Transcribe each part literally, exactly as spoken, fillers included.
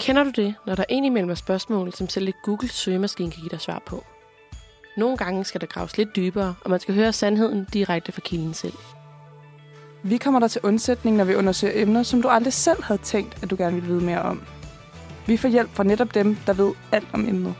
Kender du det, når der indimellem er spørgsmål, som selv et Google-søgemaskine kan give dig svar på? Nogle gange skal der graves lidt dybere, og man skal høre sandheden direkte fra kilden selv. Vi kommer der til undsætning, når vi undersøger emner, som du aldrig selv havde tænkt, at du gerne ville vide mere om. Vi får hjælp fra netop dem, der ved alt om emnet.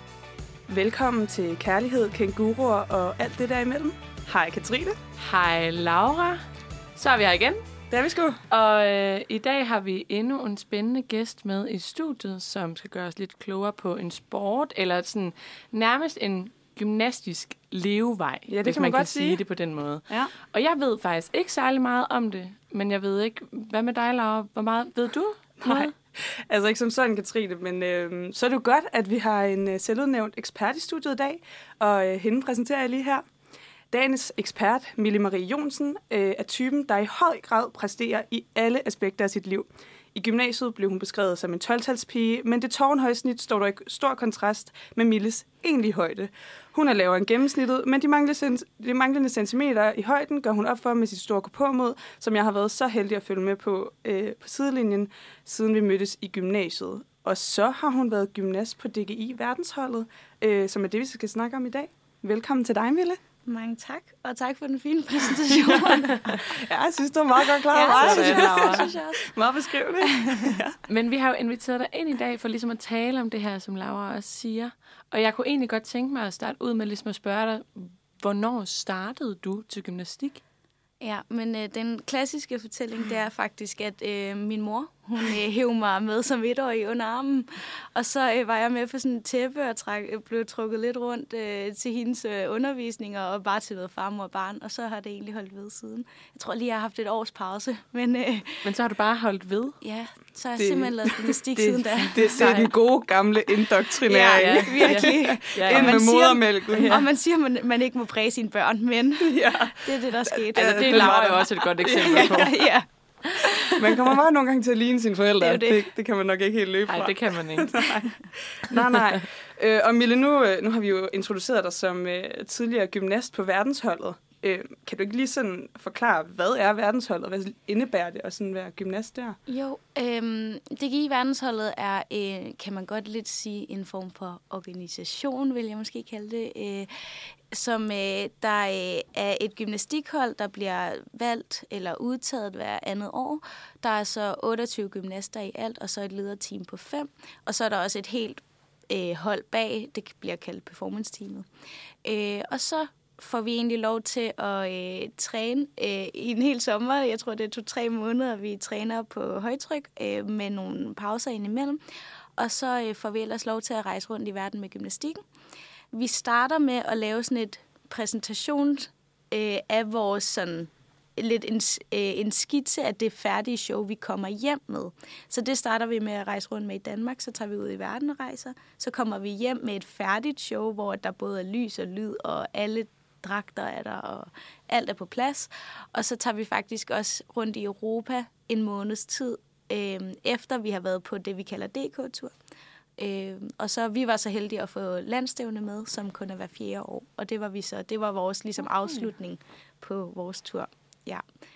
Velkommen til Kærlighed, Kænguruer og alt det der imellem. Hej Katrine. Hej Laura. Så er vi her igen. Det er vi sgu. Og øh, i dag har vi endnu en spændende gæst med i studiet, som skal gøre os lidt klogere på en sport, eller sådan nærmest en gymnastisk levevej, ja, det hvis kan man, man godt kan sige sige det på den måde. Ja. Og jeg ved faktisk ikke særlig meget om det, men jeg ved ikke, hvad med dig, Laura? Hvor meget ved du? Nej, altså ikke som sådan, Katrine, men øh, så er det jo godt, at vi har en øh, selvudnævnt ekspert i studiet i dag, og øh, hende præsenterer jeg lige her. Dagens ekspert, Mille Marie Jonsen, øh, er typen, der i høj grad præsterer i alle aspekter af sit liv. I gymnasiet blev hun beskrevet som en tolv-talspige, men det tårnhøje snit står der i stor kontrast med Milles egentlige højde. Hun er lavere end gennemsnittet, men de manglende, de manglende centimeter i højden gør hun op for med sit store gå-på-mod, som jeg har været så heldig at følge med på øh, på sidelinjen, siden vi mødtes i gymnasiet. Og så har hun været gymnast på D G I-verdensholdet, øh, som er det, vi skal snakke om i dag. Velkommen til dig, Mille. Mange tak, og tak for den fine præsentation. Ja, jeg synes, du er meget godt klar. Ja, synes jeg, synes jeg også. Meget beskrivende. Ja. Men vi har jo inviteret dig ind i dag for ligesom at tale om det her, som Laura også siger. Og jeg kunne egentlig godt tænke mig at starte ud med ligesom at spørge dig, hvornår startede du til gymnastik? Ja, men øh, den klassiske fortælling, det er faktisk, at øh, min mor, hun øh, hævde mig med som etårig under armen. Og så øh, var jeg med på sådan en tæppe og træk, blev trukket lidt rundt øh, til hendes øh, undervisninger og bare til noget farmor og barn. Og så har det egentlig holdt ved siden. Jeg tror lige, jeg har haft et års pause. Men, øh, men så har du bare holdt ved? Ja, så har jeg det, simpelthen lavet gymnastik det, siden da. Det, det er den gode gamle indoktrinering. Ja, ja, virkelig. Ja, ja. Ind med modermælken. Ja. Og man siger, at man, man ikke må præge sine børn, men ja. Det er det, der skete. Altså, det er Laura jo også et godt eksempel på. Ja, ja. Man kommer bare nogle gange til at ligne sine forældre. Det, det. Det, det kan man nok ikke helt løbe fra. Nej, det kan man ikke. nej, nej. nej. Øh, og Mille, nu, nu har vi jo introduceret dig som øh, tidligere gymnast på verdensholdet. Øh, kan du ikke lige sådan forklare, hvad er verdensholdet? Hvad indebærer det at sådan være gymnast der? Jo, øhm, D G I-verdensholdet er, øh, kan man godt lidt sige, en form for organisation, vil jeg måske kalde det, øh, som øh, der øh, er et gymnastikhold, der bliver valgt eller udtaget hver andet år. Der er så otteogtyve gymnaster i alt, og så et lederteam på fem. Og så er der også et helt øh, hold bag, det bliver kaldt performance-teamet. Øh, og så får vi egentlig lov til at øh, træne øh, i en hel sommer. Jeg tror, det er to-tre måneder, vi træner på højtryk øh, med nogle pauser indimellem. Og så øh, får vi ellers lov til at rejse rundt i verden med gymnastikken. Vi starter med at lave sådan et præsentation øh, af vores sådan lidt en, øh, en skitse af det færdige show, vi kommer hjem med. Så det starter vi med at rejse rundt med i Danmark, så tager vi ud i verden og rejser. Så kommer vi hjem med et færdigt show, hvor der både er lys og lyd, og alle dragter er der, og alt er på plads. Og så tager vi faktisk også rundt i Europa en måneds tid, øh, efter vi har været på det, vi kalder D K-tur. Øh, og så vi var så heldige at få landstævne med, som kun er hver fjerde år. Og det var vi så. Det var vores ligesom afslutning på vores tur. Ja.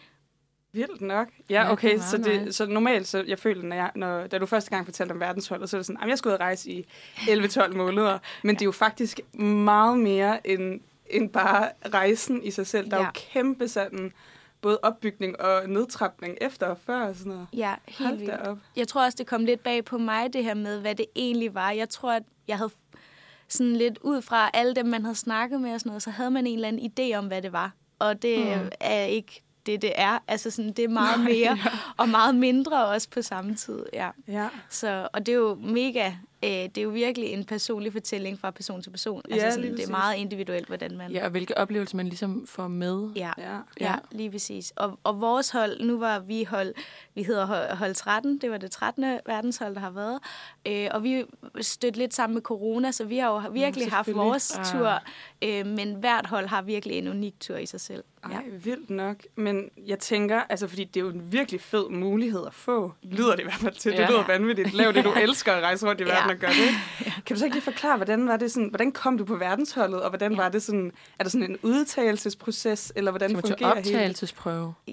Vildt nok. Ja, okay. Så, det, så normalt, så jeg føler, når jeg, når, da du første gang fortalte om verdensholdet, så er det sådan, at jeg skulle ud og rejse i elleve tolv måneder. Men det er jo faktisk meget mere end, end bare rejsen i sig selv. Der er ja. jo kæmpe sådan både opbygning og nedtrapning efter og før og sådan noget. Ja, helt vildt. Jeg tror også, det kom lidt bag på mig, det her med, hvad det egentlig var. Jeg tror, at jeg havde sådan lidt ud fra alle dem, man havde snakket med og sådan noget, så havde man en eller anden idé om, hvad det var. Og det mm. er ikke det, det er. Altså sådan, det er meget mere ja. og meget mindre også på samme tid. Ja. Ja. Så, og det er jo mega, øh, det er jo virkelig en personlig fortælling fra person til person. Altså ja, sådan, det er meget individuelt, hvordan man... Ja, og hvilke oplevelser man ligesom får med. Ja, ja. ja lige præcis. Og, og vores hold, nu var vi hold, vi hedder hold tretten, det var det trettende verdenshold, der har været. Øh, og vi stødte lidt sammen med corona, så vi har jo virkelig ja, haft vores ah. tur, øh, men hvert hold har virkelig en unik tur i sig selv. Ej, ja. vildt nok. Men jeg tænker, altså fordi det er jo en virkelig fed mulighed at få. Lyder det i hvert fald til. Det ja. lyder vanvittigt. Lav det, du elsker at rejse rundt i verden ja. og gøre det. Kan du så ikke lige forklare, hvordan var det sådan, hvordan kom du på verdensholdet, og hvordan ja. var det sådan, er der sådan en udtagelsesproces, eller hvordan som fungerer optagelsesprøve? Ja,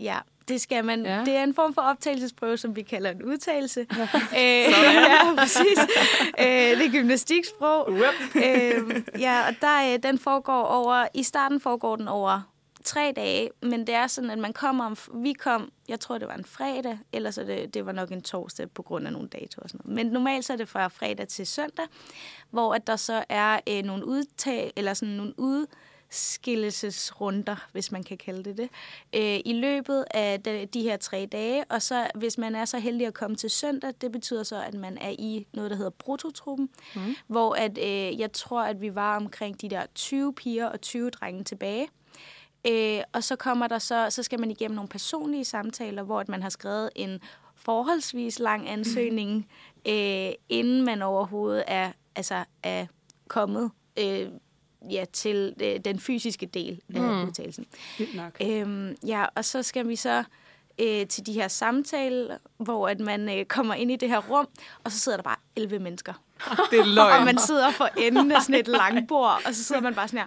det skal man. Ja. Det er en form for optagelsesprøve, som vi kalder en udtalelse. Ja. Øh, ja, præcis. Øh, det er gymnastiksprog. øh, ja, og der, den foregår over, i starten foregår den over tre dage, men det er sådan, at man kommer om, vi kom, jeg tror, det var en fredag, ellers så det, det var nok en torsdag på grund af nogle datoer og sådan noget. Men normalt så er det fra fredag til søndag, hvor at der så er øh, nogle udtag, eller sådan nogle udskillelsesrunder, hvis man kan kalde det det, øh, i løbet af de, de her tre dage, og så hvis man er så heldig at komme til søndag, det betyder så, at man er i noget, der hedder brutotruppen, mm. hvor at, øh, jeg tror, at vi var omkring de der tyve piger og tyve drenge tilbage. Øh, og så kommer der så, så skal man igennem nogle personlige samtaler, hvor at man har skrevet en forholdsvis lang ansøgning, øh, inden man overhovedet er, altså, er kommet øh, ja, til øh, den fysiske del af mm. udtalelsen. Øhm, ja, og så skal vi så øh, til de her samtaler, hvor at man øh, kommer ind i det her rum, og så sidder der bare elleve mennesker. Det er løgn. Og man sidder for enden af sådan et langbord, og så sidder man bare sådan her.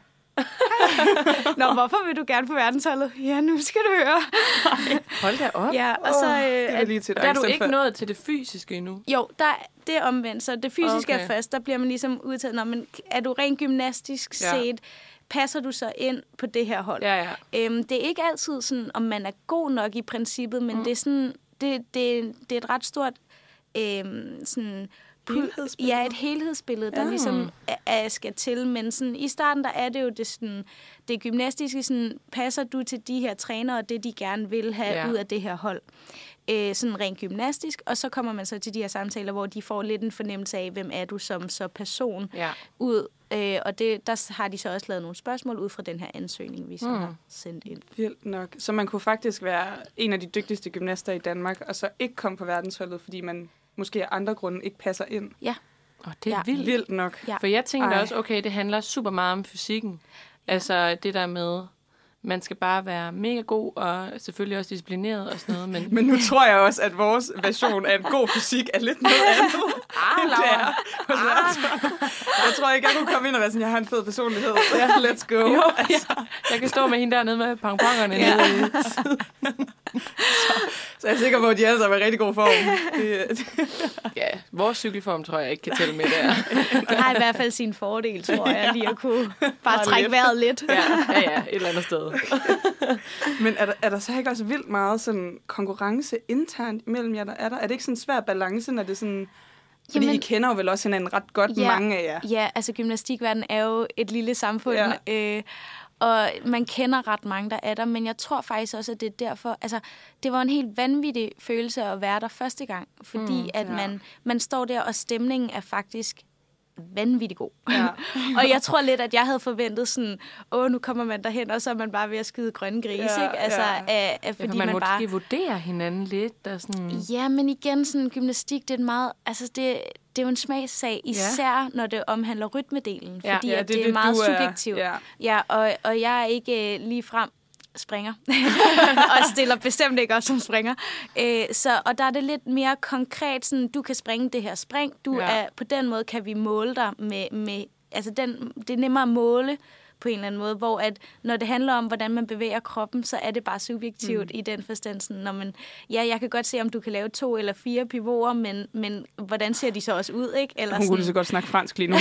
Nå, hvorfor vil du gerne på verdensholdet? Ja, nu skal du høre. Hold da op. Ja, og så, oh, øh, det er lige til der er du ikke nået til det fysiske endnu. Jo, der, det er omvendt. Så det fysiske okay. er først. Der bliver man ligesom udtaget. Nå, men er du rent gymnastisk ja. set? Passer du så ind på det her hold? Ja, ja. Øhm, det er ikke altid sådan, om man er god nok i princippet, men mm. det er sådan, det, det, det er et ret stort øhm, sådan ja, et helhedsbillede, der ja. ligesom er, er, skal til. Men sådan, i starten, der er det jo det, sådan, det gymnastiske, sådan, passer du til de her trænere, og det, de gerne vil have ja. ud af det her hold. Øh, sådan rent gymnastisk. Og så kommer man så til de her samtaler, hvor de får lidt en fornemmelse af, hvem er du som så person ja. ud. Øh, og det, der har de så også lavet nogle spørgsmål ud fra den her ansøgning, vi så mm. har sendt ind. Vildt nok. Så man kunne faktisk være en af de dygtigste gymnaster i Danmark, og så ikke komme på verdensholdet, fordi man måske af andre grunde ikke passer ind. Ja. Oh, det er ja. vildt. vildt nok. Ja. For jeg tænkte Ej. også, okay, det handler super meget om fysikken. Ja. Altså det der med, man skal bare være mega god, og selvfølgelig også disciplineret og sådan noget. Men, men nu tror jeg også, at vores version af en god fysik er lidt noget andet. Ah, Laura. Ah. Jeg tror ikke, jeg kunne komme ind og være sådan, jeg har en fed personlighed. Ja, let's go. Jo, altså. ja. Jeg kan stå med hende dernede med pangpongerne ja. nede i så, så jeg er sikker på, at de alle sammen er i rigtig god form. Det, det. Ja, vores cykelform tror jeg ikke kan tælle med der. Det har i hvert fald sin fordel, tror jeg, lige at kunne bare trække vejret lidt. Ja, ja, ja, et eller andet sted. Men er der, er der så ikke også vildt meget sådan konkurrence internt mellem jer, der er der? Er det ikke sådan en svær balance, når det er sådan... Fordi Jamen, I kender jo vel også hinanden ret godt, ja, mange af jer. Ja, altså gymnastikverdenen er jo et lille samfund, ja. øh, og man kender ret mange, der er der, men jeg tror faktisk også, at det er derfor... Altså, det var en helt vanvittig følelse at være der første gang, fordi mm, at ja. man, man står der, og stemningen er faktisk vanvittig god. Ja. Og jeg tror lidt, at jeg havde forventet sådan, åh, nu kommer man derhen, og så er man bare ved at skyde grønne grise, ja, ikke? Altså, ja. af, af, fordi ja, man, man må bare... måske vurdere hinanden lidt. Der sådan... Ja, men igen, sådan gymnastik, det er en meget... Altså, det, det er jo en smagssag, især ja. når det omhandler rytmedelen, ja. fordi ja, at det, det er det, meget er, subjektivt. Ja. Ja, og, og jeg er ikke lige frem springer, og stiller bestemt ikke op som springer. Øh, så, og der er det lidt mere konkret, sådan, du kan springe det her spring, du ja. er, på den måde kan vi måle dig med, med altså den, det er nemmere at måle på en eller anden måde, hvor at, når det handler om, hvordan man bevæger kroppen, så er det bare subjektivt mm. i den forstand. Sådan, når man, ja, jeg kan godt se, om du kan lave to eller fire pivoter, men, men hvordan ser de så også ud, ikke? Eller hun kunne lige så godt snakke fransk lige nu.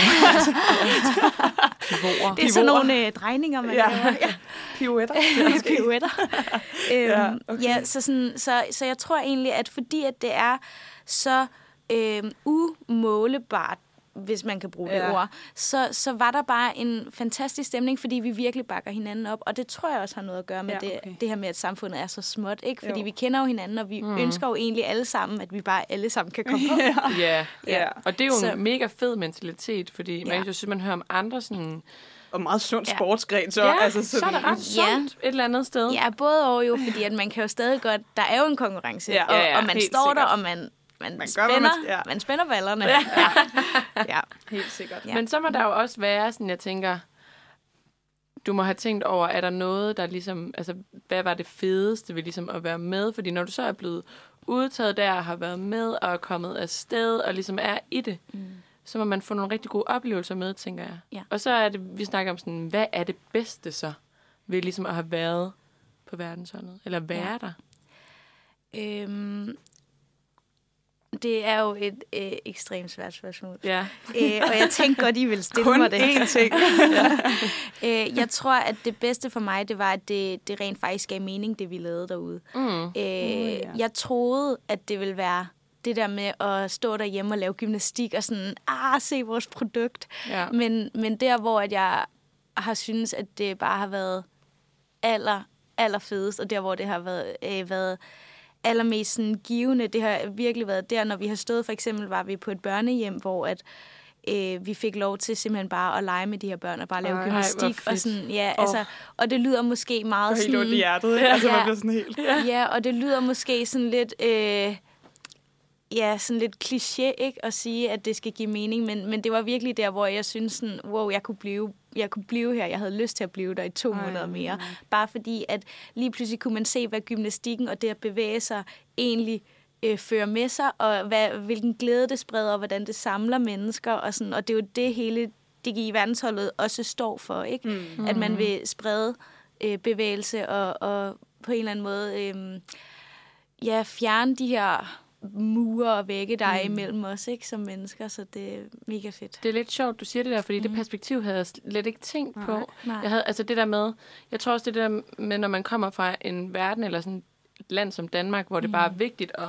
Pivoter. Det er sådan nogle øh, drejninger, man ja. laver. Ja. Pirouetter. Pirouetter. øhm, ja, okay. ja, så, sådan, så, så jeg tror egentlig, at fordi at det er så øh, umålebart, hvis man kan bruge ja. det ord, så, så var der bare en fantastisk stemning, fordi vi virkelig bakker hinanden op, og det tror jeg også har noget at gøre med ja, okay. det, det her med, at samfundet er så småt, ikke? Fordi jo. vi kender jo hinanden, og vi mm. ønsker jo egentlig alle sammen, at vi bare alle sammen kan komme på. Ja, ja. ja. Og det er jo så. en mega fed mentalitet, fordi ja. man, jeg synes, man hører om andre sådan... Og meget sund ja. sportsgren, så. Ja, altså sådan, så er det ret sundt ja. et eller andet sted. Ja, både og jo, fordi at man kan jo stadig godt... Der er jo en konkurrence, ja. og, ja, ja, og man står sikkert. der, og man... Man, man, spænder, man, ja. man spænder ballerne. Ja. Ja. ja, helt sikkert. Ja. Men så må der jo også være sådan, jeg tænker, du må have tænkt over, er der noget, der ligesom, altså, hvad var det fedeste ved ligesom at være med? Fordi når du så er blevet udtaget der, har været med og er kommet afsted og ligesom er i det, mm. så må man få nogle rigtig gode oplevelser med, tænker jeg. Ja. Og så er det, vi snakker om sådan, hvad er det bedste så ved ligesom at have været på verdensholdet? Eller være ja. der? Øhm, det er jo et øh, ekstremt svært spørgsmål. Ja. Øh, og jeg tænkte godt, I ville stille Kun mig det. én ting. Ja. øh, jeg tror, at det bedste for mig, det var, at det, det rent faktisk gav mening, det vi lavede derude. Mm. Øh, ja. Jeg troede, at det ville være det der med at stå derhjemme og lave gymnastik og sådan, ah, se vores produkt. Ja. Men, men der, hvor at jeg har synes, at det bare har været aller, aller fedest, og der, hvor det har været, øh, været allermest sådan givende, det har virkelig været der, når vi har stået, for eksempel var vi på et børnehjem, hvor at øh, vi fik lov til simpelthen bare at lege med de her børn og bare lave Ej, gymnastik. hvor Og, sådan, ja, Åh. altså, og det lyder måske meget Det er helt ondt i sådan... hjertet, ikke? Altså, Ja. man bliver sådan helt... Ja, og det lyder måske sådan lidt... Øh, ja, sådan lidt kliché, ikke? At sige, at det skal give mening, men, men det var virkelig der, hvor jeg synes sådan, wow, jeg kunne blive, jeg kunne blive her. Jeg havde lyst til at blive der i to Ej, måneder mere. nej. Bare fordi, at lige pludselig kunne man se, hvad gymnastikken og det at bevæge sig egentlig øh, fører med sig, og hvad, hvilken glæde det spreder, og hvordan det samler mennesker. Og, sådan, og det er jo det hele D G I Verdensholdet også står for, ikke? Mm. At man vil sprede øh, bevægelse og, og på en eller anden måde øh, ja, fjerne de her mure og vægge, der er Mm. imellem os, ikke, som mennesker, så det er mega fedt. Det er lidt sjovt, du siger det der, fordi mm. det Mhm. perspektiv havde jeg slet ikke tænkt Nej. på. Nej. Jeg havde, altså det der med, jeg tror også det der med, når man kommer fra en verden, eller sådan et land som Danmark, hvor det bare er vigtigt at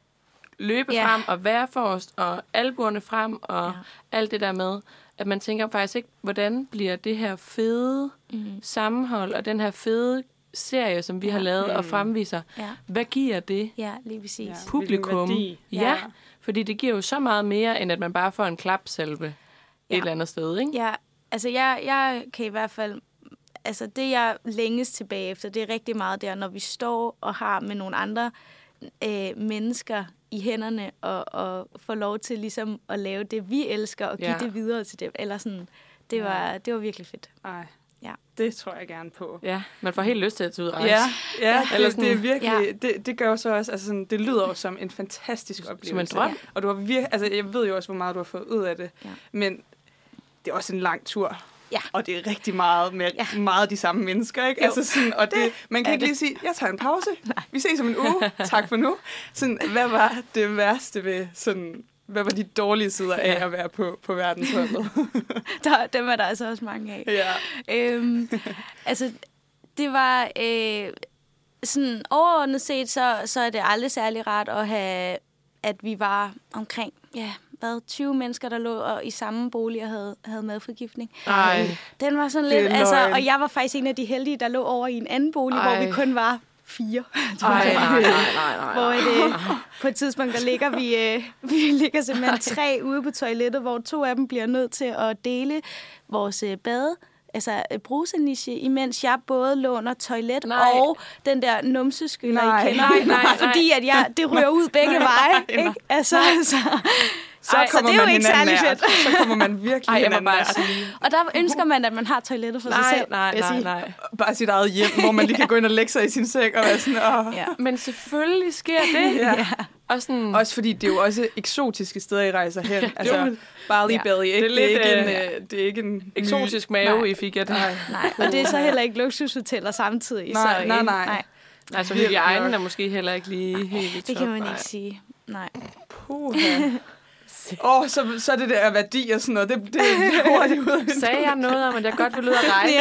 løbe Ja. frem og være forrest, og albuerne frem, og Ja. alt det der med, at man tænker faktisk ikke, hvordan bliver det her fede Mm. sammenhold, og den her fede serie, som vi Ja. har lavet og Mm. fremviser, Ja, hvad giver det ja, lige præcis. Ja. Ja. publikum? Hvilken værdi. Ja, Ja. fordi det giver jo så meget mere, end at man bare får en klapsalve ja. Ja. et eller andet sted, ikke? Ja, altså jeg, jeg kan i hvert fald, altså det jeg længes tilbage efter, det er rigtig meget der, når vi står og har med nogle andre øh, mennesker i hænderne, og, og får lov til ligesom at lave det, vi elsker, og give Ja. det videre til dem. Eller sådan, det var, det var virkelig fedt. Ej, Ja. det tror jeg gerne på. Ja, man får helt lyst til at tage ud og rejse. Ja, ja, Eller det, sådan- det er virkelig, Ja. det, det gør jo så også, altså sådan, det lyder jo som en fantastisk oplevelse. drøm. Og du har virkelig, altså jeg ved jo også, hvor meget du har fået ud af det, Ja. men det er også en lang tur. Ja. Og det er rigtig meget med Ja. meget de samme mennesker, ikke? Jo. Altså sådan, og det, man kan er ikke lige det. sige, jeg tager en pause, vi ses om en uge, tak for nu. Sådan, hvad var det værste ved sådan, hvad var de dårlige sider af at være på, på verdensholdet? Der, dem er der altså også mange af. Ja. øhm, altså, det var øh, sådan overordnet set, så, så er det aldrig særlig rart at have, at vi var omkring, ja, hvad, tyve mennesker, der lå og, i samme bolig og havde, havde madforgiftning. Ej, Den var sådan Det er lidt, altså, løgn. og jeg var faktisk en af de heldige, der lå over i en anden bolig, Ej. hvor vi kun var fire. ej, nej, nej, nej, nej. Hvor det, på et tidspunkt, der ligger vi, øh, vi ligger simpelthen tre ude på toilettet, hvor to af dem bliver nødt til at dele vores øh, bade, altså øh, bruseniche, imens jeg både låner toilet Nej. og den der numseskyller, Nej. I kender. Nej, nej, nej. Fordi at jeg, det ryger ud begge veje. nej. Ikke? Altså, så, Så Ej, så kommer det er jo man ikke hinanden særlig nært. fedt. Så kommer man virkelig Ej, jeg må hinanden bare nært. sige, og der ønsker man, at man har toilettet for sig nej, selv. nej, vil jeg nej, sige. nej. Bare sit eget hjem, hvor man lige kan gå ind og lægge sig i sin sæk og være sådan, åh. Ja. Men selvfølgelig sker det. Ja. Og sådan, Også fordi det er jo også eksotiske steder, I rejser hen. Altså, Jo. Bali Ja. Belly, ikke? Det Det er er, lidt, ikke en, øh, det er ikke en eksotisk ny- mave, Nej. I fik jeg det. Nej, og det er så heller ikke luksushoteller samtidig. Nej, så, nej, øh, nej. nej. Altså, Virkelig hygiejnen nok. er måske heller ikke lige helt i top. Det kan man Nej. ikke sige. Nej. Puha. Åh, oh, så, så er det der værdi og sådan noget, det, det er hurtigt ud af vinduet. Sagde jeg noget om, at jeg godt vil ud og rejse? Ja.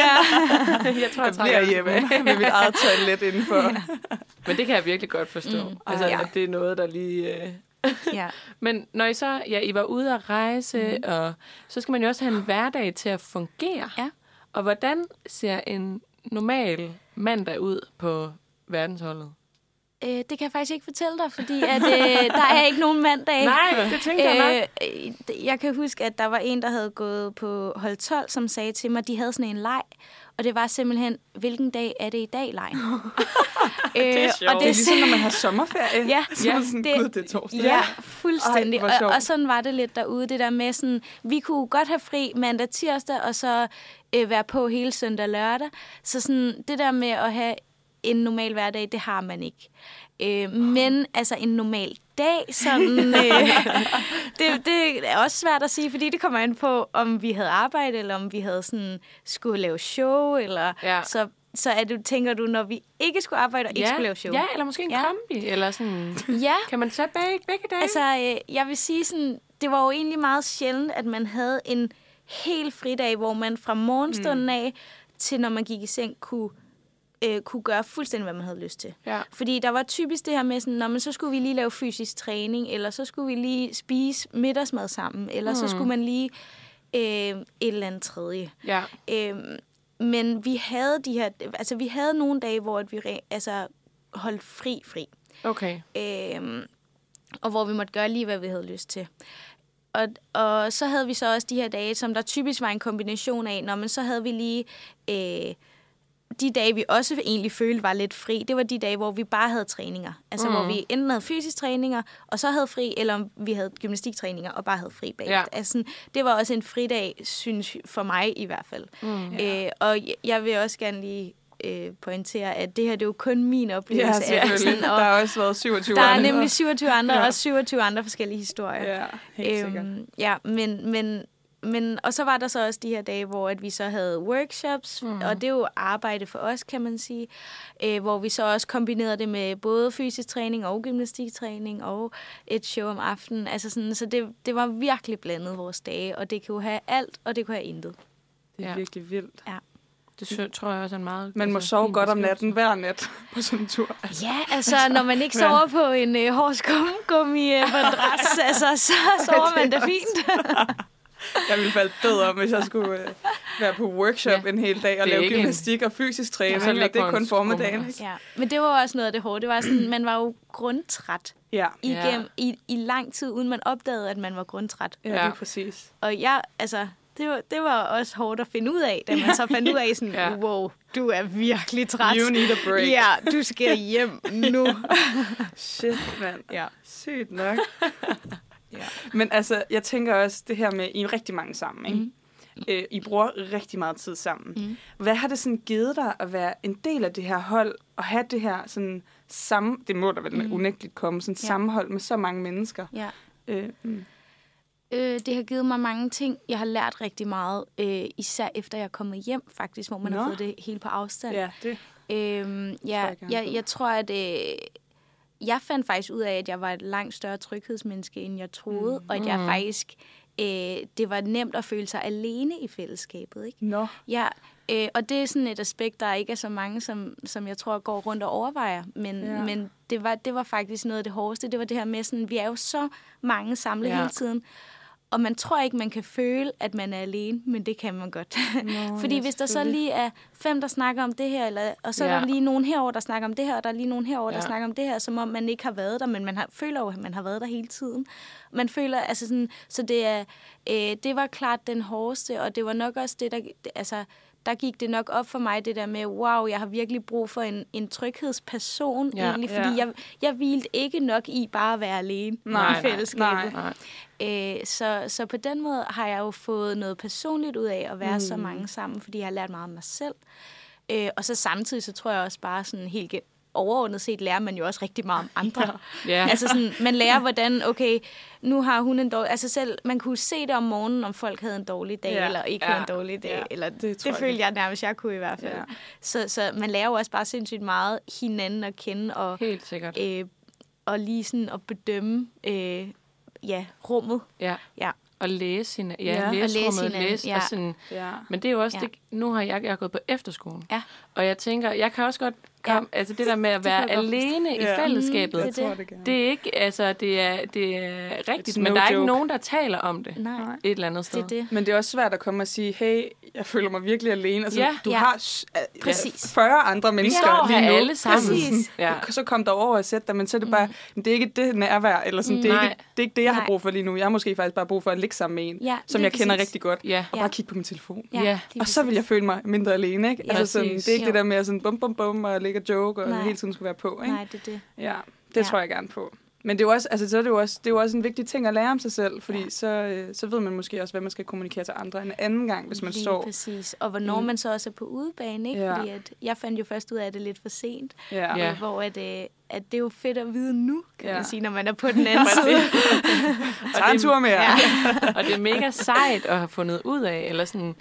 Jeg tror, jeg Jeg trækker bliver det hjemme tilbage. med mit eget toilet indenfor. Men det kan jeg virkelig godt forstå. Mm. Altså, Ja. at det er noget, der lige... Øh... Ja. Men når I så... Ja, I var ude at rejse, mm. og så skal man jo også have en hverdag til at fungere. Ja. Og hvordan ser en normal mandag ud på verdensholdet? Øh, det kan jeg faktisk ikke fortælle dig, fordi at, øh, der er ikke nogen mandag. Nej, det tænkte jeg nok. Øh, jeg kan huske, at der var en, der havde gået på hold tolv, som sagde til mig, at de havde sådan en leg, og det var simpelthen, hvilken dag er det i dag, leg? Det er sjovt. Og Det er ligesom, når man har sommerferie. Ja, så er man sådan, det- gud, det er torsdag. Ja, fuldstændig. Ej, hvor og, sjovt. og sådan var det lidt derude, det der med sådan, vi kunne godt have fri mandag, tirsdag, og så øh, være på hele søndag og lørdag. Så sådan, det der med at have en normal hverdag, det har man ikke. Øh, men altså en normal dag, sådan, øh, det, det er også svært at sige, fordi det kommer an på, om vi havde arbejde, eller om vi havde sådan, skulle lave show, eller Ja. så så er det, tænker du, når vi ikke skulle arbejde og ja. ikke skulle lave show? Ja, eller måske en Ja. kombi, eller sådan. Ja. Kan man tage begge, begge dage? Altså, øh, jeg vil sige sådan, det var jo egentlig meget sjældent, at man havde en hel fridag, hvor man fra morgenstunden mm. af til når man gik i seng kunne, øh, kunne gøre fuldstændig, hvad man havde lyst til. Ja. Fordi der var typisk det her med sådan, når man så skulle vi lige lave fysisk træning, eller så skulle vi lige spise middagsmad sammen, eller mm. så skulle man lige øh, et eller andet tredje. Ja. Øh, men vi havde de her, altså vi havde nogle dage, hvor vi re, altså holdt fri fri. Okay. Øh, og hvor vi måtte gøre lige, hvad vi havde lyst til. Og, og så havde vi så også de her dage, som der typisk var en kombination af, når man så havde vi lige øh, de dage, vi også egentlig følte var lidt fri. Det var de dage, hvor vi bare havde træninger. Altså, mm. hvor vi enten havde fysisk træninger, og så havde fri, eller vi havde gymnastiktræninger, og bare havde fri bagefter. Ja. Altså, det var også en fridag, synes for mig i hvert fald. Mm. Øh, og jeg vil også gerne lige øh, pointere, at det her, det er jo kun min oplevelse. Ja, selvfølgelig. Der har også været syvogtyve der andre. Der er nemlig syvogtyve andre, ja. og syvogtyve andre forskellige historier. Ja, helt sikkert. Øhm, ja, men, men, men, og så var der så også de her dage, hvor at vi så havde workshops, mm. og det er jo arbejde for os, kan man sige, øh, hvor vi så også kombinerede det med både fysisk træning og gymnastiktræning og et show om aftenen. Altså sådan, så det, det var virkelig blandet vores dage, og det kunne have alt, og det kunne have intet. Det er ja. virkelig vildt. Ja. Det tror jeg også er en meget... Man må altså, sove godt om natten hver nat på sådan en tur. Altså. Ja, altså når man ikke sover på en øh, hård skumgummi-madras, altså, så sover man da fint. Jeg ville falde død om, hvis jeg skulle øh, være på workshop ja. en hel dag og lave gymnastik en... og fysisk træning, ja, og det er kun formiddagen. Ja, men det var også noget af det hårde. Det var sådan, man var jo grundtræt ja. igennem i, i lang tid, uden man opdagede, at man var grundtræt. Ja, det er præcis. Og jeg, altså... Det var, det var også hårdt at finde ud af, da man så fandt ud af sådan, ja. wow, du er virkelig træt. You need a break. Ja, du skal hjem nu. Shit, mand. Ja. Sygt nok. ja. Men altså, jeg tænker også det her med, I er rigtig mange sammen, ikke? Mm. Øh, I bruger rigtig meget tid sammen. Mm. Hvad har det sådan givet dig at være en del af det her hold, og have det her sådan sammen, det må der vel mm. unægteligt komme, sådan ja. sammenhold med så mange mennesker? Ja. Øh, mm. Øh, det har givet mig mange ting. Jeg har lært rigtig meget, øh, især efter jeg er kommet hjem, faktisk, hvor man Nå. har fået det hele på afstand. Ja, det øhm, ja, jeg, jeg, jeg tror, at øh, jeg fandt faktisk ud af, at jeg var et langt større tryghedsmenneske, end jeg troede, mm. og at jeg faktisk, øh, det var nemt at føle sig alene i fællesskabet. Ikke? Nå. Ja, øh, og det er sådan et aspekt, der ikke er så mange, som, som jeg tror går rundt og overvejer, men, ja. men det, var, det var faktisk noget af det hårdeste. Det var det her med, sådan, vi er jo så mange samlet ja. hele tiden, og man tror ikke, man kan føle, at man er alene, men det kan man godt. Nå, fordi hvis der så lige er fem, der snakker om det her, eller, og så ja. er der lige nogen herover der snakker om det her, og der er lige nogen herover ja. der snakker om det her, som om man ikke har været der, men man har, føler jo, at man har været der hele tiden. Man føler, altså sådan, så det, er, øh, det var klart den hårdeste, og det var nok også det, der... Altså, der gik det nok op for mig, det der med, wow, jeg har virkelig brug for en, en tryghedsperson, ja, egentlig, fordi ja. jeg, jeg hvilte ikke nok i bare at være alene nej, i fællesskabet. Nej, nej. Øh, så, så på den måde har jeg jo fået noget personligt ud af at være mm. så mange sammen, fordi jeg har lært meget om mig selv. Øh, og så samtidig, så tror jeg også bare sådan helt overordnet set lærer man jo også rigtig meget om andre. Ja. Altså sådan, man lærer, hvordan, okay, nu har hun en dårlig... Altså selv, man kunne se det om morgenen, om folk havde en dårlig dag, ja. eller ikke ja. havde en dårlig dag. Ja. Eller, det det følte jeg nærmest, jeg kunne i hvert fald. Ja. Så, så man lærer jo også bare sindssygt meget hinanden at kende. Og, helt sikkert. Øh, og lige sådan at bedømme øh, ja, rummet. Ja. ja. Og læse sin, ja, ja. læse rummet, læse, ja. og sådan. Ja. Men det er jo også, ja. det, nu har jeg, jeg har gået på efterskolen, ja. og jeg tænker, jeg kan også godt komme, ja. altså det der med at være alene i ja. fællesskabet, mm, det, er det. det er ikke, altså det er, det er rigtigt, It's men no der er joke. Ikke nogen, der taler om det Nej. et eller andet sted. Det det. Men det er også svært at komme og sige, hey, jeg føler mig virkelig alene. Altså, ja. du ja. har ja, fyrre andre mennesker lige nu. Alle sammen. Ja. Så kom der over og sætte dig, men så er det bare, mm. det er ikke det nærvær, eller sådan, mm. det, er ikke, det er ikke det, jeg Nej. har brug for lige nu. Jeg har måske faktisk bare brug for at ligge sammen med en, ja, som jeg kender rigtig godt, ja. og bare kigge på min telefon. Ja, og så vil jeg føle mig mindre alene, ikke? Altså sådan, det er ikke jo. det der med at sådan bum bum bum og ligge og joke og Nej. hele tiden skulle være på, ikke? Nej, det er det. Ja, det ja. tror jeg gerne på. Men det er jo også, altså så er det jo også, det er jo også en vigtig ting at lære om sig selv, fordi ja. så, øh, så ved man måske også, hvad man skal kommunikere til andre en anden gang, hvis man Lige står. Præcis. Og hvornår mm. man så også er på udebane, ikke? Ja. Fordi at jeg fandt jo først ud af det lidt for sent, ja. Ja. Hvor at, øh, at det er jo fedt at vide nu, kan ja. man sige, når man er på den anden side. Tag en tur mere. Ja. Og det er mega sejt at have fundet ud af, eller sådan,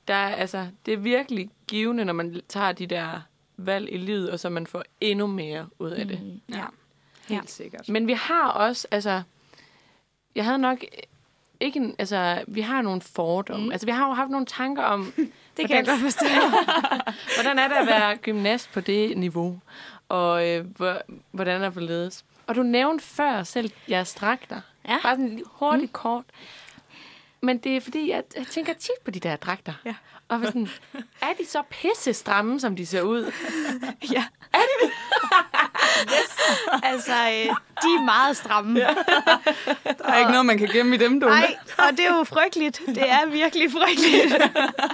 der er, altså, det er virkelig givende, når man tager de der valg i livet, og så man får endnu mere ud af det. Mm, Ja, ja. helt Ja. sikkert. Men vi har også, altså, jeg havde nok ikke en, altså, vi har nogle fordomme. Mm. Altså, vi har jo haft nogle tanker om, Det kan jeg godt forstå. hvordan er det at være gymnast på det niveau, og øh, hvor, hvordan er det forledes. Og du nævnte før selv jeres dragter. Ja. Bare sådan hurtigt mm. kort. Men det er fordi, jeg, jeg tænker tit på de der dragter. Ja. Og var sådan, er de så pisse stramme, som de ser ud? Ja. Er det det? Yes. Altså, øh, de er meget stramme. Ja. Der er ikke noget, man kan gemme i dem, du. Nej, og det er jo frygteligt. Det er virkelig frygteligt.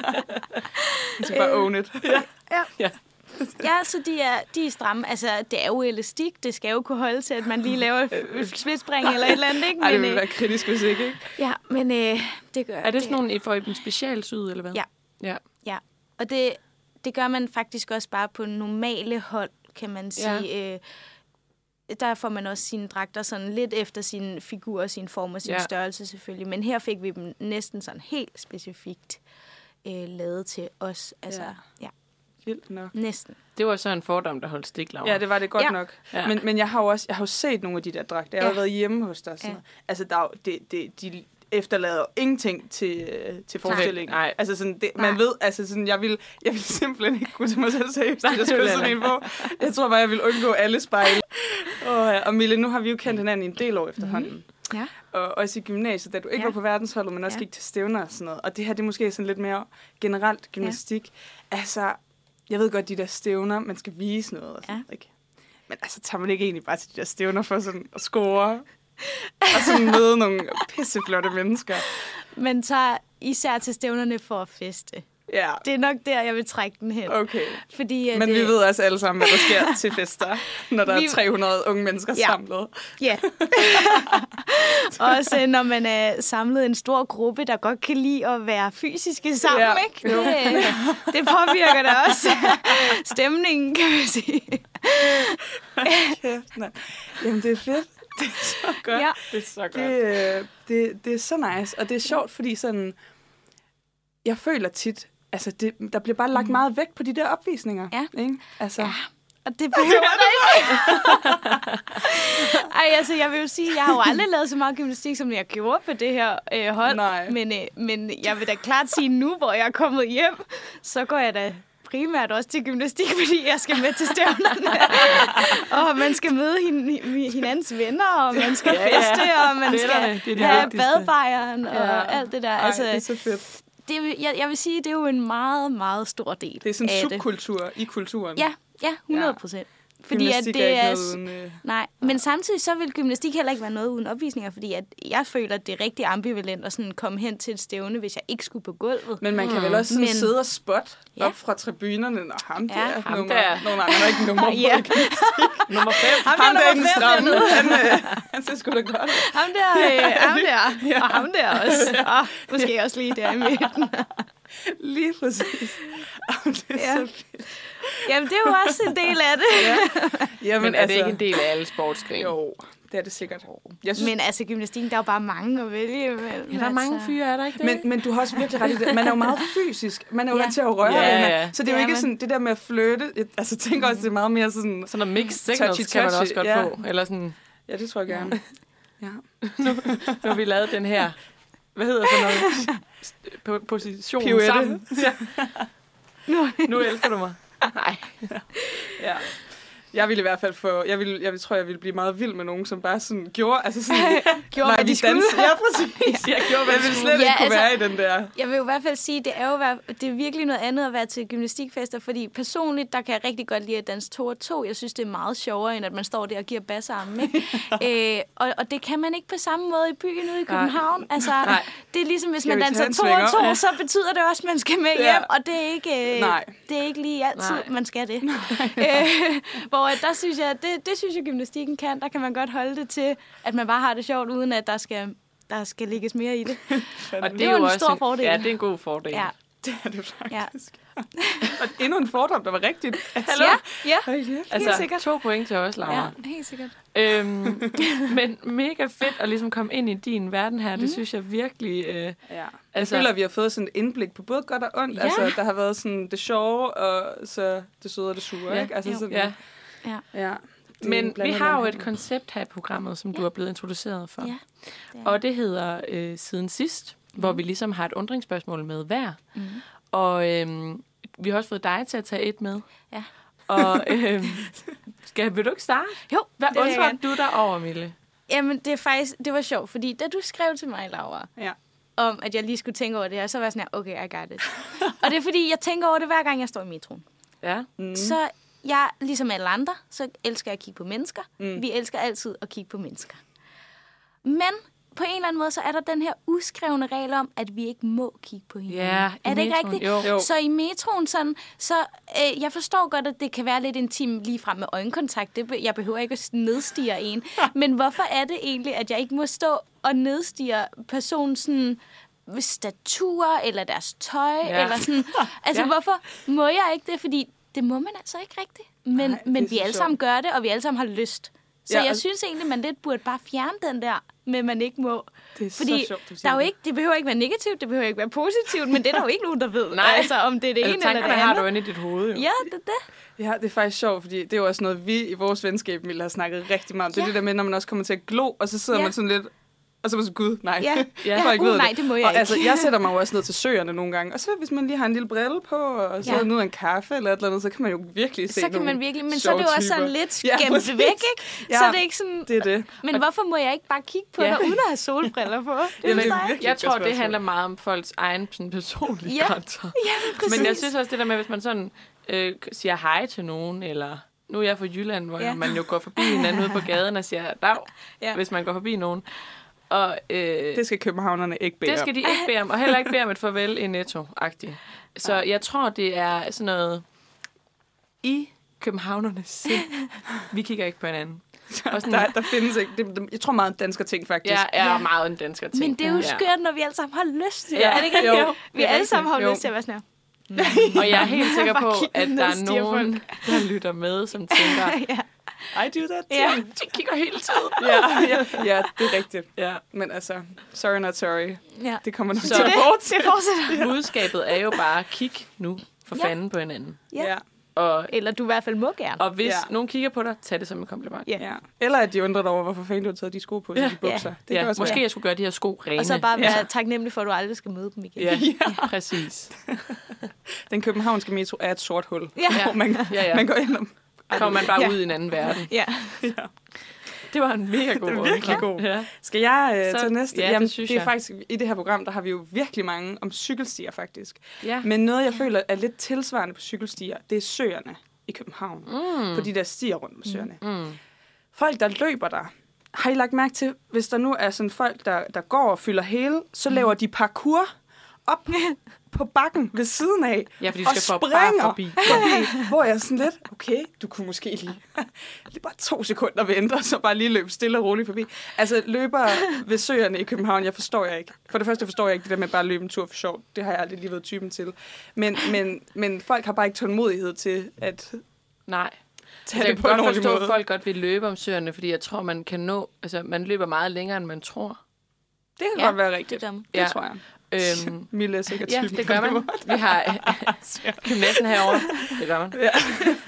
Du skal bare own it. Ja. Ja. Ja. Ja, så de er, de er stramme. Altså, det er jo elastik. Det skal jo kunne holde til, at man lige laver et spidspring eller et eller andet, ikke? Ej, det Men, ville øh, være kritisk, hvis ikke, ikke? ja, men øh, det gør Er det sådan nogle, I får i dem specialsyd, eller hvad? Ja. Ja. Ja, og det, det gør man faktisk også bare på normale hold, kan man sige. Ja. Øh, der får man også sine dragter sådan lidt efter sin figur, sin form og sin Ja. størrelse selvfølgelig. Men her fik vi dem næsten sådan helt specifikt øh, lavet til os. Altså, Ja. ja. ja, Vildt nok. næsten. Det var så en fordom, der holdt stik, Laura. Ja, det var det godt Ja. nok. Ja. Men, men jeg har jo også jeg har jo set nogle af de der dragter. Jeg har Ja. jo været hjemme hos dig. Sådan Ja. noget. Altså, der er jo, det, det, de efterlader jo ingenting til, øh, til forestillingen. Nej. Altså, sådan, det, Nej. man ved, altså, sådan, jeg vil, jeg vil simpelthen ikke kunne tage mig selv seriøst, Nej, at jeg det vil skulle jeg sådan en på. Jeg tror bare, jeg vil undgå alle spejle. Og, og Mille, nu har vi jo kendt hinanden i en del år efterhånden. Mm-hmm. Ja. Og også i gymnasiet, da du ikke Ja. var på verdensholdet, men også Ja. gik til stævner og sådan noget. Og det her, det er måske sådan lidt mere generelt gymnastik. Ja. Altså, jeg ved godt, de der stævner, man skal vise noget og sådan Ja. noget, ikke? Men altså, tager man ikke egentlig bare til de der stævner for sådan at score? Og sådan møde nogle pisseflotte mennesker. Man tager især til stævnerne for at feste. Ja, Det er nok der, jeg vil trække den hen. okay. Fordi, at, Men vi øh, ved også alle sammen, hvad der sker til fester, når der Vi- er tre hundrede unge mennesker Ja. samlet. Ja. Også når man er samlet en stor gruppe, der godt kan lide at være fysiske sammen, Ja. ikke? Det, det påvirker da også stemningen, kan man sige. Kæft, mand. Jamen, det er fedt. Det er så godt. Ja. Det er så godt. Det, øh, det, det er så nice, og det er sjovt, fordi sådan, jeg føler tit, altså det, der bliver bare lagt meget vægt på de der opvisninger. Ja. Ikke? Altså, Ja. Og det behøver der ikke. Ej, altså, jeg vil jo sige, jeg har jo aldrig lavet så meget gymnastik, som jeg gjorde på det her øh, hold. Nej. Men, øh, men jeg vil da klart sige, nu hvor jeg er kommet hjem, så går jeg da primært også til gymnastik, fordi jeg skal med til stævnerne. Og man skal møde hin, hinandens venner, og man skal Ja, ja. feste, og man Vennerne, skal det er det have vigtigste. badbajeren og Ja. alt det der. ej, Altså, det er så fedt. det, vil- jeg, jeg vil sige, det er jo en meget, meget stor del Det er sådan af en det. subkultur i kulturen. Ja, ja, hundrede procent. Fordi at Gymnastik det er ikke er... noget uden... Øh... Nej, men samtidig så vil gymnastik heller ikke være noget uden opvisninger, fordi at jeg føler, at det er rigtig ambivalent at sådan komme hen til et stævne, hvis jeg ikke skulle på gulvet. Men man kan vel også sådan Men- sidde og spotte Ja. op fra tribunerne, og ham der, Ja, ja, ham nummer, der. nogle andre, ikke nummer Ja. Nummer fem. Ham, Ham der der i nummer den fem stramme, dernede. han, øh, han ser sgu da godt ud. Ham der, øh, ham der, og ham der også. Og måske også lige der i midten. Lige præcis. Oh, det er Ja. så fedt. Jamen, det er jo også en del af det. Jamen, Men er det ikke en del af alle sportsgrene? Jo, det er det sikkert. Jeg synes, Men altså, gymnastikken, der er jo bare mange at vælge imellem. Ja, der er mange altså. fyre, er der ikke det? men, men du har også virkelig ret i det. Man er jo meget fysisk. Man er jo Ja. vant til at røre Ja, ved hinanden. ja. Så det er jo Ja, ikke men- sådan det der med at flytte. Jeg, altså, jeg tænker også, det er meget mere sådan... Sådan noget mixed signals Touchy, kan man touchy, også godt ja. få. Eller sådan, Ja, det tror jeg gerne. Ja. nu har vi lavet den her, hvad hedder sådan noget, på position Pirouette. sammen. Ja. Nu, nu elsker du mig. Nej. Ja. Jeg ville i hvert fald få... Jeg, ville, jeg tror, jeg ville blive meget vild med nogen, som bare sådan gjorde... Altså sådan, Gjorde, hvad vi de skulle. dansede. Ja, præcis. Jeg gjorde, hvad Jeg ville slet Ja, ikke kunne altså- være i den der... Jeg vil jo i hvert fald sige, det er jo vær- det er virkelig noget andet at være til gymnastikfester, fordi personligt, der kan jeg rigtig godt lide at danse to og to. Jeg synes, det er meget sjovere, end at man står der og giver bassarmen, ikke? øh, og, og det kan man ikke på samme måde i byen ude i København. Altså, Nej. det er ligesom, hvis Skal man vi tage danser en to og svinger? to, Ja. så betyder det også, at man skal med Ja. hjem, og det er ikke, øh, Nej. det er ikke lige altid, Nej. man skal det. øh, hvor at der synes jeg, det, det synes jeg, gymnastikken kan. Der kan man godt holde det til, at man bare har det sjovt, uden at der skal, der skal lægges mere i det. Og det, Det er er jo jo en også stor fordel. Ja, det er en god fordel. Ja. Det er det faktisk. Ja. Og endnu en fordom, der var rigtigt. Hallo? Ja, ja. Helt Altså, sikkert. to point til os, Laura. Ja, helt sikkert. Øhm, men mega fedt at ligesom komme ind i din verden her. Det Mm. synes jeg virkelig... Øh, Ja. Jeg Altså- føler, at vi har fået sådan et indblik på både godt og ondt. Ja. Altså, der har været sådan det sjove, og så det søde og det sure, Ja. ikke? Altså, Jo. sådan, ja. Ja. ja. Det er en Men vi blandet har jo et landhandel. koncept her i programmet, som du er blevet introduceret for. Ja, det er. Og det hedder øh, Siden Sidst, mm. hvor vi ligesom har et undringsspørgsmål med hver. Mm. Og øhm, vi har også fået dig til at tage et med. Ja. Og øhm, skal, vil du ikke starte? Jo, Hvad det vil jeg undrer gerne. du dig over, Mille? Jamen, det er faktisk, det var sjovt, fordi da du skrev til mig, Laura, Ja. om at jeg lige skulle tænke over det her, så var jeg sådan her, okay, I got it. Og det er fordi, jeg tænker over det hver gang, jeg står i metroen. Ja. Mm. Så jeg, ligesom alle andre, så elsker jeg at kigge på mennesker. Mm. Vi elsker altid at kigge på mennesker. Men på en eller anden måde, så er der den her uskrevne regel om, at vi ikke må kigge på hinanden. Ja, i er det ikke metroen, rigtigt? jo. Jo. Så i metroen sådan, så øh, jeg forstår godt, at det kan være lidt intimt lige frem med øjenkontakt. Det, be- jeg behøver ikke at nedstige en. Men hvorfor er det egentlig, at jeg ikke må stå og nedstige personens sådan statur eller deres tøj Ja. eller sådan? Altså, Ja. hvorfor må jeg ikke det? Fordi det må man altså ikke rigtigt. Men, Nej, Nej, det men er vi så alle sjovt. sammen gør det, og vi alle sammen har lyst. Så Ja, jeg og- synes egentlig, man lidt burde bare fjerne den der med, man ikke må. Det er Fordi så sjovt, du der siger er jo det. ikke, det behøver ikke være negativt, det behøver ikke være positivt, men det er der jo ikke nogen, der ved. Nej. Altså, om det er det Altså, ene eller det tankerne har andet. du inde i dit hoved, jo. Ja, det er det. Ja, det er faktisk sjovt, fordi det er jo også noget, vi i vores venskab ville have snakket rigtig meget om. Det er Ja. det der med, når man også kommer til at glo, og så sidder Ja. man sådan lidt... Og så er man sådan, gud, nej. Ja, Ja. får ikke uh, ved nej, det må jeg og ikke. altså, jeg sætter mig jo også ned til søerne nogle gange. Og så hvis man lige har en lille brille på, og så Ja. ja. ned en kaffe eller et eller andet, så kan man jo virkelig se Så kan nogle man virkelig, men så er det jo også sådan sjove lidt typer. Ja, gemt præcis. væk, ikke? Ja. Så er det ikke sådan... Det er det. Men hvorfor må jeg ikke bare kigge på Ja. dig, uden at have solbriller på? Det Jamen, er det er dig. virkelig Jeg et tror, godt det spørgsmål. handler meget om folks egen sådan, personlige Ja. grænser. Ja, præcis. Men jeg synes også det der med, hvis man sådan øh, siger hej til nogen, eller nu er jeg fra Jylland, hvor Ja. ja. man jo går forbi hinanden ude på gaden og siger dag, Ja. ja. hvis man går forbi nogen. Og øh, Det skal københavnerne ikke bede det skal om. de ikke bede om, og heller ikke bede om et farvel i Netto-agtigt. Så jeg tror, det er sådan noget i københavnernes sind. Vi kigger ikke på hinanden. Og sådan, Der, der findes ikke... Det, det, jeg tror meget dansker ting, faktisk. jeg er Ja. meget en dansker ting. Men det er jo ja. skørt, når vi alle sammen har lyst til det. Ja. Er det ikke Jo, rigtigt? det Vi er alle rigtigt. sammen har Jo. lyst til at være sådan her. Og jeg er helt sikker på, Bare kigge at der ned og er stirre nogen, der lytter med, som tænker, Ja. I do that too. Ja. de kigger hele tiden. ja, ja, ja, det er rigtigt. Ja. Men altså, sorry not sorry. Ja. Det kommer nok Så- til Det, at fortsætte. det fortsætter. Budskabet er jo bare, kig nu for Ja. fanden på hinanden. Ja. Ja. Og, Eller du i hvert fald må gerne. og hvis Ja. nogen kigger på dig, tag det som en kompliment. Ja. Ja. Eller at de undrer dig over, hvorfor fanden du har taget de sko på, så Ja. de bukser. Ja. Det ja, kan også måske være. jeg skulle gøre de her sko rene. Og så bare være Ja. taknemmelig for, at du aldrig skal møde dem igen. Ja, præcis. Den københavnske metro er et sort hul, Ja. hvor man, Ja, ja. man går ind om. Kommer man bare Ja. ud i en anden verden. Ja. Det var en mega god Det er virkelig undren. god. Ja. Skal jeg øh, Så- tage næste? ja, det Jamen, synes det er jeg. faktisk, i det her program, der har vi jo virkelig mange om cykelstier, faktisk. Ja. Men noget, jeg føler er lidt tilsvarende på cykelstier, det er søerne i København. Mm. På de der stier rundt om søerne. Mm. Folk, der løber der, har I lagt mærke til, hvis der nu er sådan folk, der, der går og fylder hele, så laver de parkour op på bakken ved siden af. Ja, fordi og du skal få bare springer forbi. forbi. Hvor jeg er sådan lidt, okay, du kunne måske lige, lige bare to sekunder vente, og så bare lige løbe stille og roligt forbi. Altså, løber ved søerne i København, jeg forstår jeg ikke. For det første forstår jeg ikke det der med bare at løbe en tur for sjov. Det har jeg aldrig lige været typen til. Men, men, men folk har bare ikke tålmodighed til at Nej. tage Altså, jeg det kan på en godt ordentlig forstå, måde. at folk godt vil løbe om søerne, fordi jeg tror, man kan nå... Altså, man løber meget længere, end man tror. Det kan Ja, godt være Det rigtigt. er dem. Det Ja. tror jeg. Øhm, Mille er sikkert ja, typen, det gør der man. løber. Vi har øh, gymnasten herovre. Det gør man. Ja.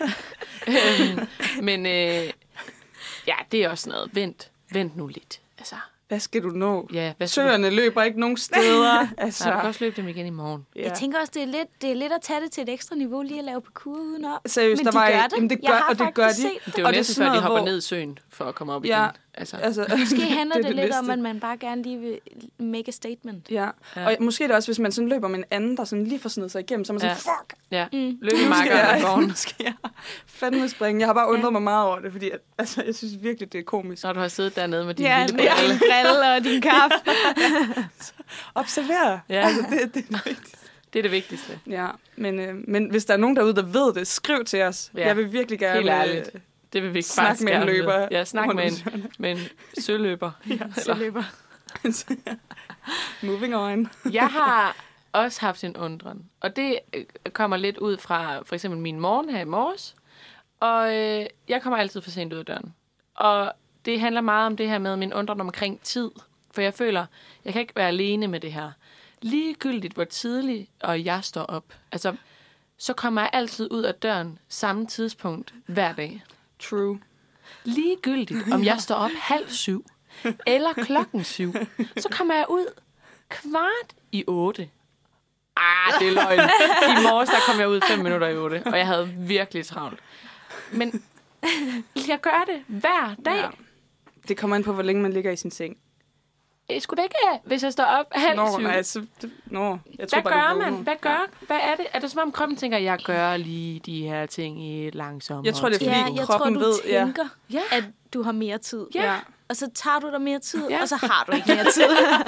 øhm, men øh, ja, det er også noget. Vent. Vent nu lidt. Altså, Hvad skal du nå? ja, hvad skal du? Søerne løber ikke nogen steder. Altså, Nej, du kan også løbe dem igen i morgen. ja. Jeg tænker også, det er, lidt, det er lidt at tage det til et ekstra niveau, lige at lave parkour udenom. Seriøst, Men der de var gør ikke- det. Jamen, det Jeg gør, har og det gør de. faktisk set Det er jo Og det er næsten sådan før, de noget, hopper hvor- ned i søen for at komme op Ja. igen. Altså, Altså, Måske handler det, det det lidt om, næste. at man bare gerne lige vil make a statement. Ja. Ja. Og måske er det også, hvis man sådan løber med en anden, der sådan lige får snedet sig igennem, så er man sådan, Ja. fuck, ja. Mm. Løb i nu skal markeren og jeg, gården. nu skal jeg fandme springe. Jeg har bare undret Ja. mig meget over det, fordi at, altså, jeg synes virkelig, det er komisk. Når du har siddet dernede med din Ja, lille med brille. din brille og din kaffe. Observer. Ja. Altså, det, det er det vigtigste. Det er det vigtigste. Ja, men, øh, men hvis der er nogen derude, der ved det, skriv til os. Ja. Jeg vil virkelig gerne Helt ærligt. øh, Det vil vi Snak faktisk med en gerne løber vide. Ja, snak rundt med om en, søerne. med en søløber. Så løber. Moving on. Jeg har også haft en undren. Og det øh, kommer lidt ud fra for eksempel min morgen her i morges. Og øh, jeg kommer altid for sent ud af døren. Og det handler meget om det her med min undren omkring tid. For jeg føler, jeg kan ikke være alene med det her. Ligegyldigt hvor tidligt, og jeg står op. Altså, så kommer jeg altid ud af døren samme tidspunkt hver dag. True. Ligegyldigt, om jeg står op halv syv eller klokken syv, så kommer jeg ud kvart i otte. Ah, det er løgn. I morges, der kom jeg ud fem minutter i otte, og jeg havde virkelig travlt. Men jeg gør det hver dag. Ja. Det kommer an på, hvor længe man ligger i sin seng. Jeg skulle da ikke, hvis jeg står op halv Nå, syv. nej, så, det, nå, jeg tror Hvad bare, gør du man? vågner. Hvad gør? Hvad er det? Er det som om kroppen tænker, jeg gør lige de her ting i et langsommere? Jeg tror, det er fordi Ja, jeg kroppen tror, du ved, ja. tænker, Ja. at du har mere tid. Ja. Ja. Og så tager du dig mere tid, Ja. og så har du ikke mere tid.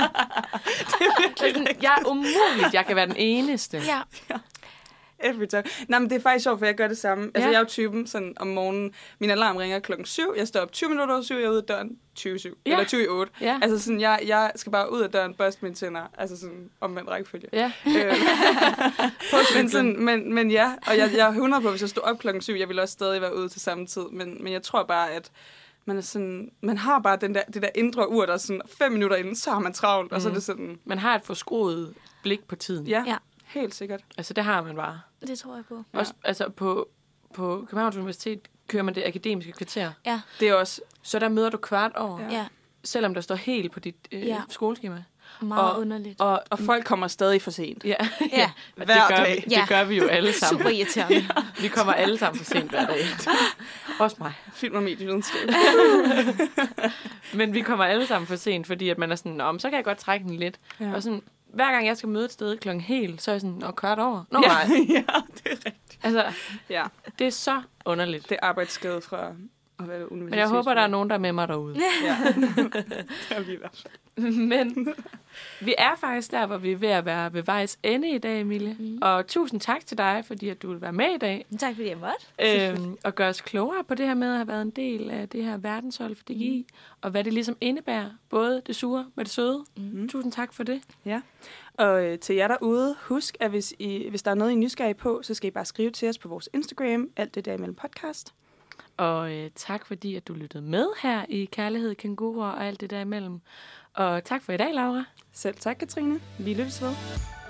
Sådan, jeg er umuligt. Jeg kan være den eneste. ja. Every time. Nej, men det er faktisk sjovt, for jeg gør det samme. Altså, Ja. jeg er jo typen sådan om morgenen. Min alarm ringer klokken syv. Jeg står op tyve minutter over syv. Jeg er ude af døren tyve syv. Ja. Eller tyve i otte. Ja. Altså sådan, jeg, jeg skal bare ud af døren, børste mine tænder. Altså sådan, omvendt rækkefølge. Ja. Øh, men, sådan, men, men ja, og jeg, jeg er hundrede på, hvis jeg stod op klokken syv, jeg ville også stadig være ude til samme tid. Men, men jeg tror bare, at man, er sådan, man har bare den der, det der indre ur, der er sådan fem minutter inden, så har man travlt. Mm. Og så er det sådan... Man har et forskruet blik på tiden. Ja, Ja. helt sikkert. Altså, det har man bare. Det tror jeg på. Ja. Også, altså, på, på Københavns Universitet kører man det akademiske kvarter. Ja. Det er også... Så der møder du kvart over, Ja. ja. Ja. selvom der står helt på dit øh, Ja. skoleskema. Meget Og- underligt. Og, Og folk kommer stadig for sent. ja, Ja. det, Hver gør dag. vi, det Ja. gør vi jo alle sammen. Super irriterende. Vi kommer alle sammen for sent hver dag. Også mig. Film og medievidenskab. Men vi kommer alle sammen for sent, fordi at man er sådan, om så kan jeg godt trække den lidt. Ja. Ja. Og sådan, hver gang jeg skal møde et sted klokken helt, så er jeg sådan, og kvart over. Nå ja, nej. ja, det er rigtigt. Altså, Ja, det er så underligt. det er arbejdsskade fra at være universitet. Men jeg håber, der er nogen, der er med mig derude. Ja, det er vi i hvert fald. Men vi er faktisk der, hvor vi er ved at være ved vejs ende i dag, Emilie. Mm. Og tusind tak til dig, fordi at du vil være med i dag. Tak fordi jeg måtte. Øhm, og gøre os klogere på det her med at have været en del af det her verdenshold for D G I. Mm. Og hvad det ligesom indebærer. Både det sure med det søde. Mm. Tusind tak for det. Ja. Og øh, til jer derude, husk, at hvis, I, hvis der er noget, I er nysgerrige på, så skal I bare skrive til os på vores Instagram, alt det der imellem podcast. Og øh, tak fordi, at du lyttede med her i Kærlighed, Kænguruer og alt det der imellem. Og tak for i dag, Laura. Selv tak, Katrine. Vi lyttes ved.